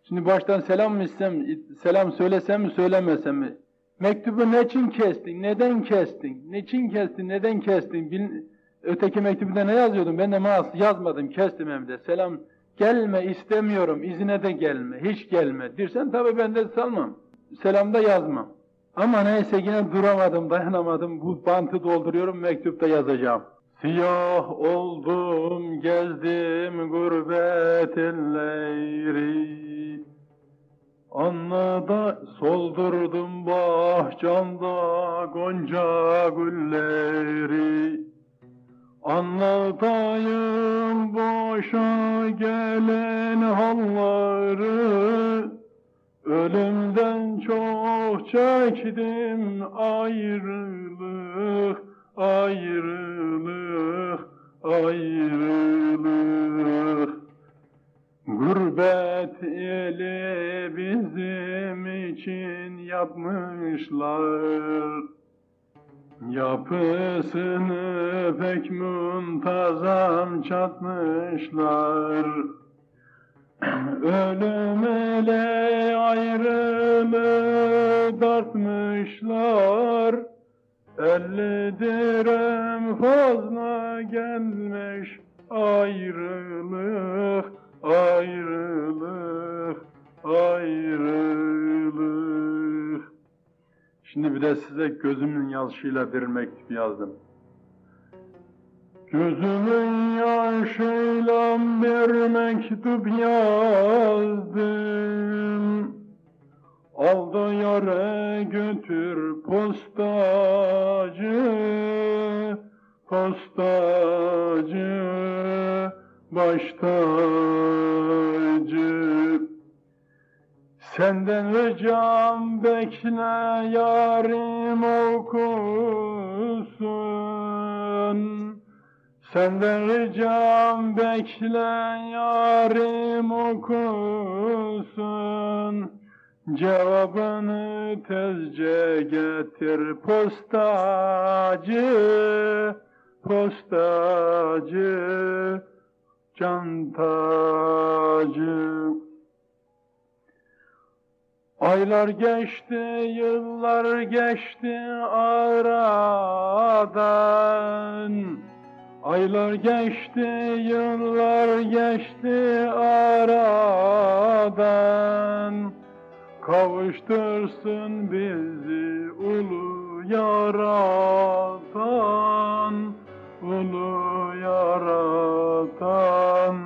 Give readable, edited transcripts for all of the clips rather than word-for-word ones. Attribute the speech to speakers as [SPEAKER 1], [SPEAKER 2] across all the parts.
[SPEAKER 1] Şimdi baştan selam mı istem, selam söylesem mi söylemesem mi? Mektubu ne için kestin, neden kestin, niçin kestin, neden kestin? Öteki mektubunda ne yazıyordum? Ben de yazmadım, kestim hem de. Selam gelme istemiyorum, izine de gelme, hiç gelme. Dirsen tabii ben de salmam. Selamda yazmam. Ama neyse yine duramadım, dayanamadım. Bu bantı dolduruyorum, mektupta yazacağım. Siyah oldum, gezdim gurbet elleri. Anlada soldurdum bahçamda gonca gülleri. Anlatayım boşa gelen halları. Ölümden çok çektim ayrılık, ayrılık, ayrılık. Gurbet eli bizim için yapmışlar. Yapısını pek muntazam çatmışlar. Ölüm ele ayrılığı dartmışlar. 50 dirhem fazla gelmiş ayrılık, ayrılık, ayrılık. Şimdi bir de size gözümün yaşıyla bir mektup yazdım. Gözümün yaşıyla bir mektup yazdım. Al da yâre götür postacı, postacı, baş tacı. Senden ricam bekle yarim okusun. Senden ricam bekle yarim okusun. Cevabını tezce getir postacı, postacı, çantacı. Aylar geçti, yıllar geçti aradan. Aylar geçti, yıllar geçti aradan. Kavuştursun bizi ulu yaratan, ulu yaratan,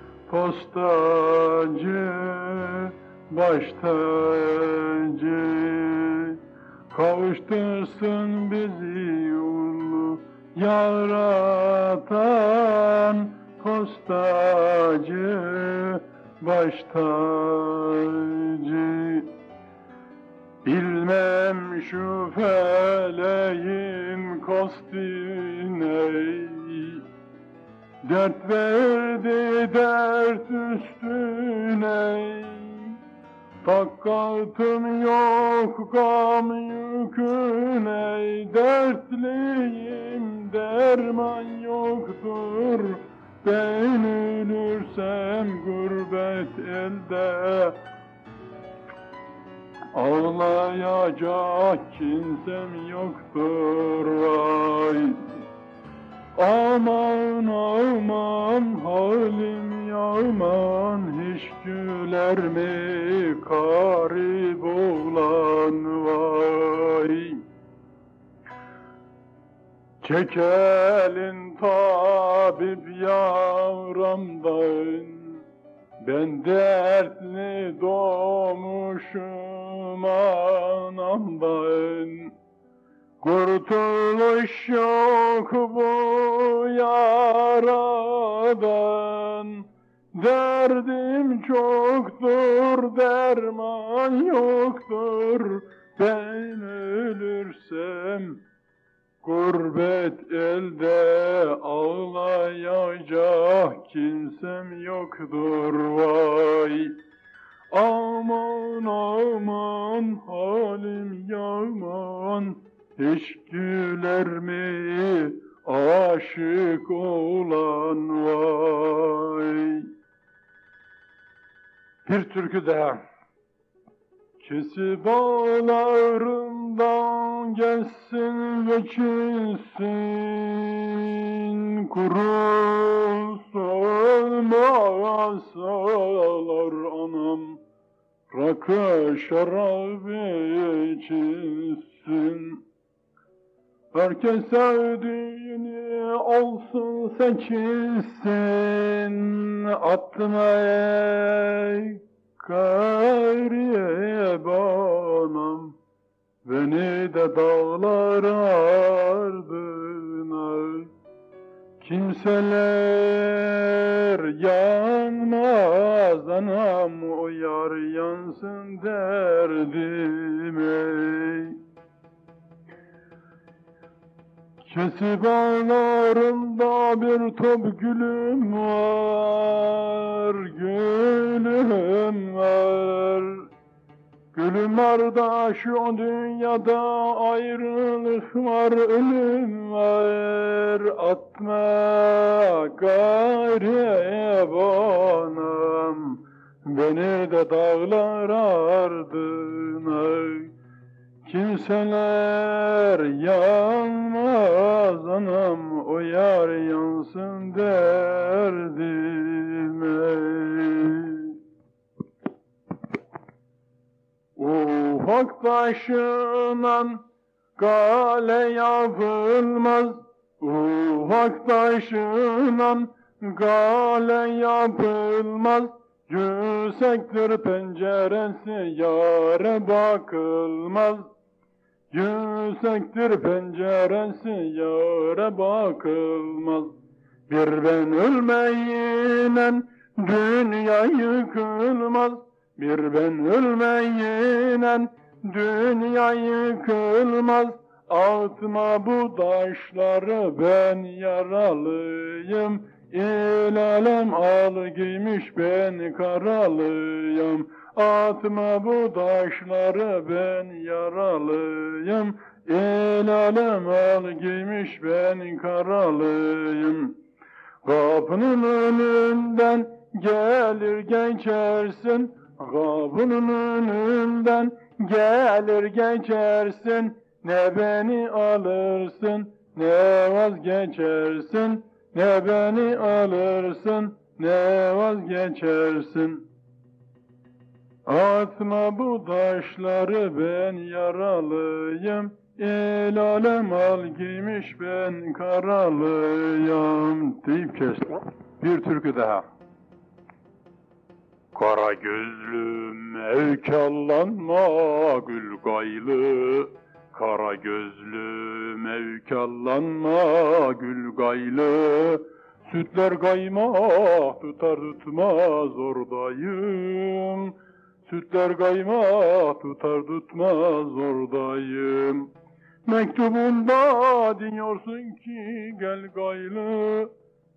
[SPEAKER 1] postacı, baş tacı. Kavuştursun bizi ulu yaratan, postacı, baş tacı. Bilmem şu feleğin kostine, dert verdi dert üstüne. Takatım yok gam yüküne, dertliyim derman yoktur. Ben ölürsem gurbet elde, ağlayacak kimsem yoktur vay. Aman aman halim yaman, hiç güler mi garip oğlan vay. Çekelin tabip yavramdan, ben dertli doğmuşum anamdan. Kurtuluş yok bu yaradan. Derdim çoktur, derman yoktur. Ben ölürsem gurbet elde, ağlayacak kimsem yoktur vay. Aman aman halim yaman, hiç güler mi aşık olan vay. Bir türkü daha. Kesi bağlarından gelsin ve kilsin, kurusun masalar anam, rakı şarap içilsin. Herkes sevdiğini olsun seçilsin, atma ey garibanım, beni de dağlar ardına. Kimseler yanmaz anam, o yar yansın derdime. Kesi bağlarında bir top gülüm var, gülüm var. Gülüm var da şu dünyada ayrılık var, ölüm var. Atma garibanım, beni de dağlar ardına. Kimseler yanmaz anam, o yar yansın derdime. Ufak taşınan kale yapılmaz, ufak taşınan kale yapılmaz. Yüksektir penceresi, yâre bakılmaz. Yüksektir penceresi, yâre bakılmaz. Bir ben ölmeyinen dünya yıkılmaz. Bir ben ölmeyinen dünya yıkılmaz. Atma bu taşları, ben yaralıyım. İl alem al giymiş, ben karalıyım. Atma bu taşları, ben yaralıyım. İl alem al giymiş, ben karalıyım. Kapının önünden gelir geçersin, kapının önünden gelir geçersin. Ne beni alırsın, ne vazgeçersin, ne beni alırsın, ne vazgeçersin. Atma bu taşları, ben yaralıyım. El alem al giymiş, ben karalıyım deyip kestim. Bir türkü daha. Kara gözlüm evkallanma gül gaylı, kara gözlüm evkallanma gül gaylı. Sütler kaymak tutar tutmaz oradayım, sütler kaymak tutar tutmaz oradayım. Mektubunda diyorsun ki gel gaylı,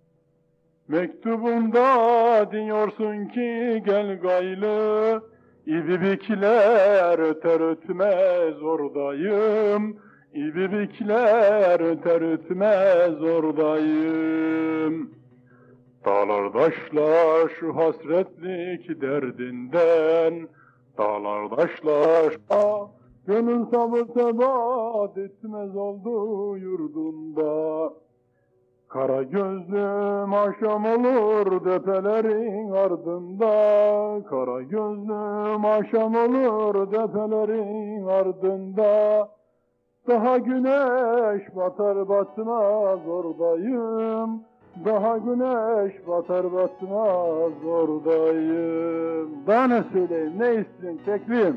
[SPEAKER 1] mektubunda diyorsun ki gel gaylı. İbibikler öter ötmez oradayım, İbibikler öter ötmez oradayım. Dağlar taşlar şu hasretlik derdinden, dağlar taşlar gönül sabır sebat etmez oldu yurdunda. Kara gözlüm akşam olur depelerin ardında, kara gözlüm akşam olur depelerin ardında. Daha güneş batar batmaz oradayım, daha güneş batar batmaz oradayım. Daha ne söyleyeyim, ne isteyin, tekliyim.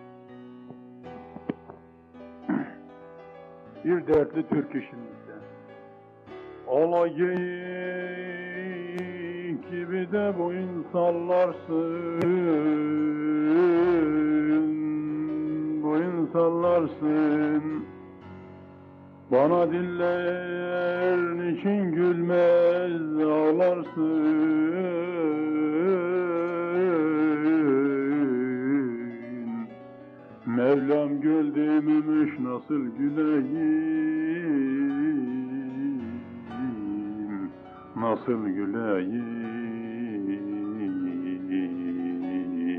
[SPEAKER 1] Bir dertli türkü şimdi. Ala geyik gibi de boyun sallarsın, boyun sallarsın. Bana diller niçin gülmez ağlarsın. Mevlam güldürmüş nasıl güleyim, nasıl güleyim.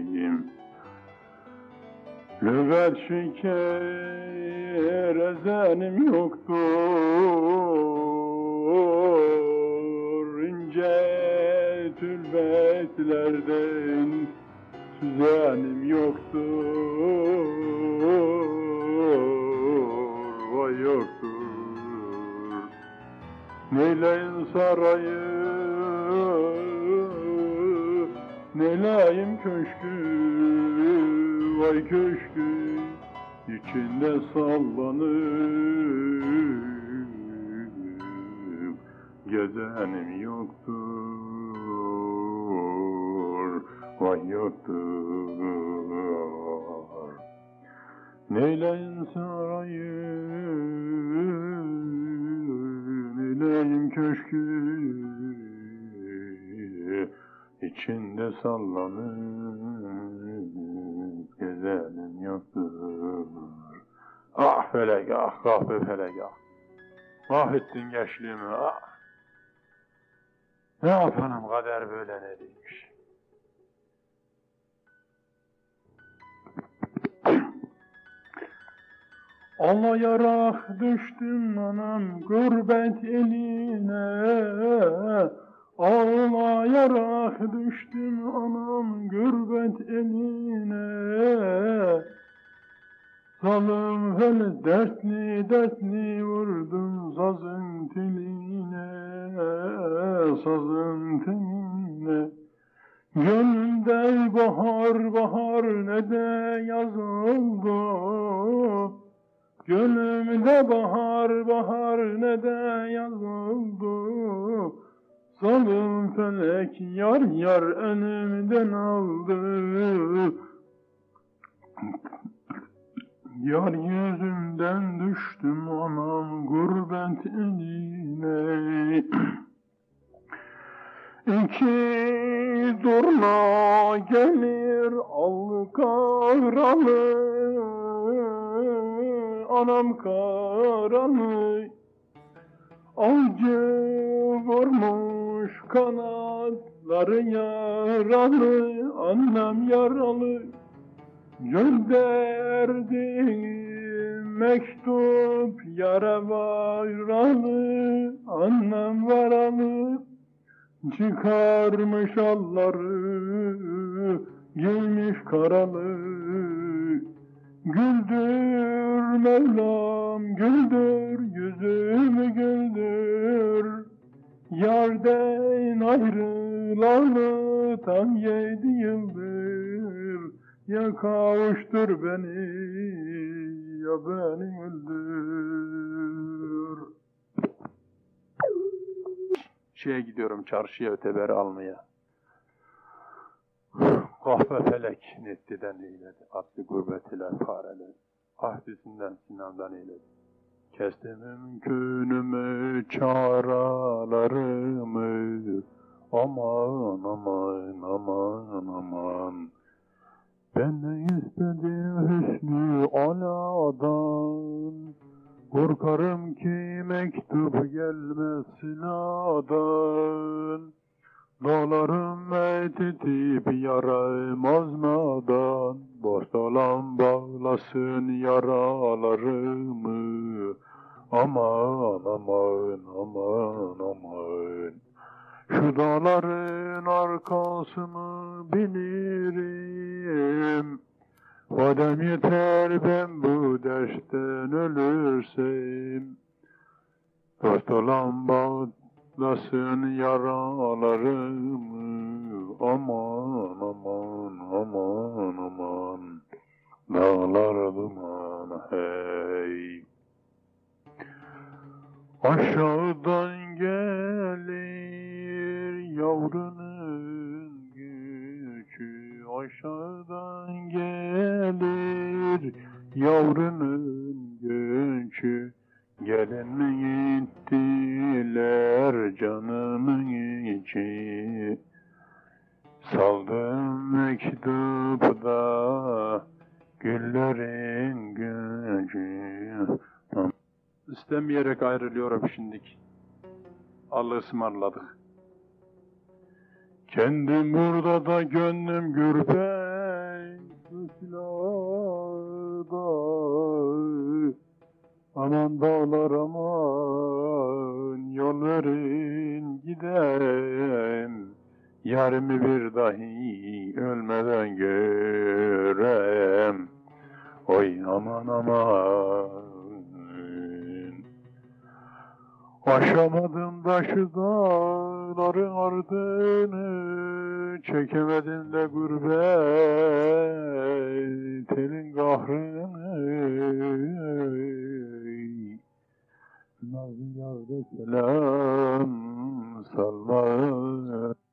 [SPEAKER 1] Lügat şeker ezenim yoktur, ince tülbetlerden süzenim yoktur, vay yoktur. Neyleyim sarayı, neyleyim köşkü, vay köşkü, içinde sallanıp gezenim yoktur, vay yoktur. Neyleyim sarayı, neyleyim köşkü, içinde sallanıp gezenim yoktur. Ah felek ah, kahpe felek ah. Mahvettin gençliğimi ah. Ne yapalım, kader böyle ne değilmiş. Ağlayarak düştüm anam gurbet eline, ağlayarak düştüm anam gurbet eline. Zalım hele dertli dertli vurdum sazın teline, sazın teline. Gönlümde bahar bahar ne de yaz oldu, gönlümde bahar bahar ne de yaz oldu. Zalim felek yar yar önümden aldı, yar yüzümden düştüm anam gurbet eline. İki durna gelir al karalı, anam karalı. Avcı vurmuş kanatları yaralı, annem yaralı. Gönderdim mektup yara varalı, annem varalı. Çıkarmış alları, giymiş karalı. Güldür Mevlam, güldür, yüzümü güldür. Yarden ayrılalı tam 7 yıldır. Ya kavuştur beni, ya beni öldür. Şeye gidiyorum, çarşıya öteberi almaya. Kahve felek nettiden eyledi, attı gurbet ile fareler. Ahdisinden sinandan eyledi. Kestim mümkünümü, çaralarımı. Aman aman aman aman. Ben ne istedim hüsnü aladan. Korkarım ki mektup gelmez silahdan. Dağlarım etitip yaramaz nadan. Boş dolan bağlasın yaralarımı. Aman aman aman aman. Şu dağların arkasını bilirim. Vadem yeter ben bu dersten ölürsem. Dost olan bağlasın yaralarımı. Aman aman aman aman. Dağlar duman hey. Aşağıdan gelir yavrunun gücü. Aşağıdan gelir yavrunun göçü. Gelin mi gittiler canımın içi. Saldım mektupta güllerin gücü. İstemeyerek ayrılıyorum şimdiki. Allah'ı ısmarladık. Kendim burada da gönlüm gürbet. Aman dağlar aman yol verin gidem, yarımı bir dahi ölmeden görem. Oy aman aman, aşamadım da şu dağların ardını, çekemedim de gurbet elin kahrını. Nazlı yâre selam salma.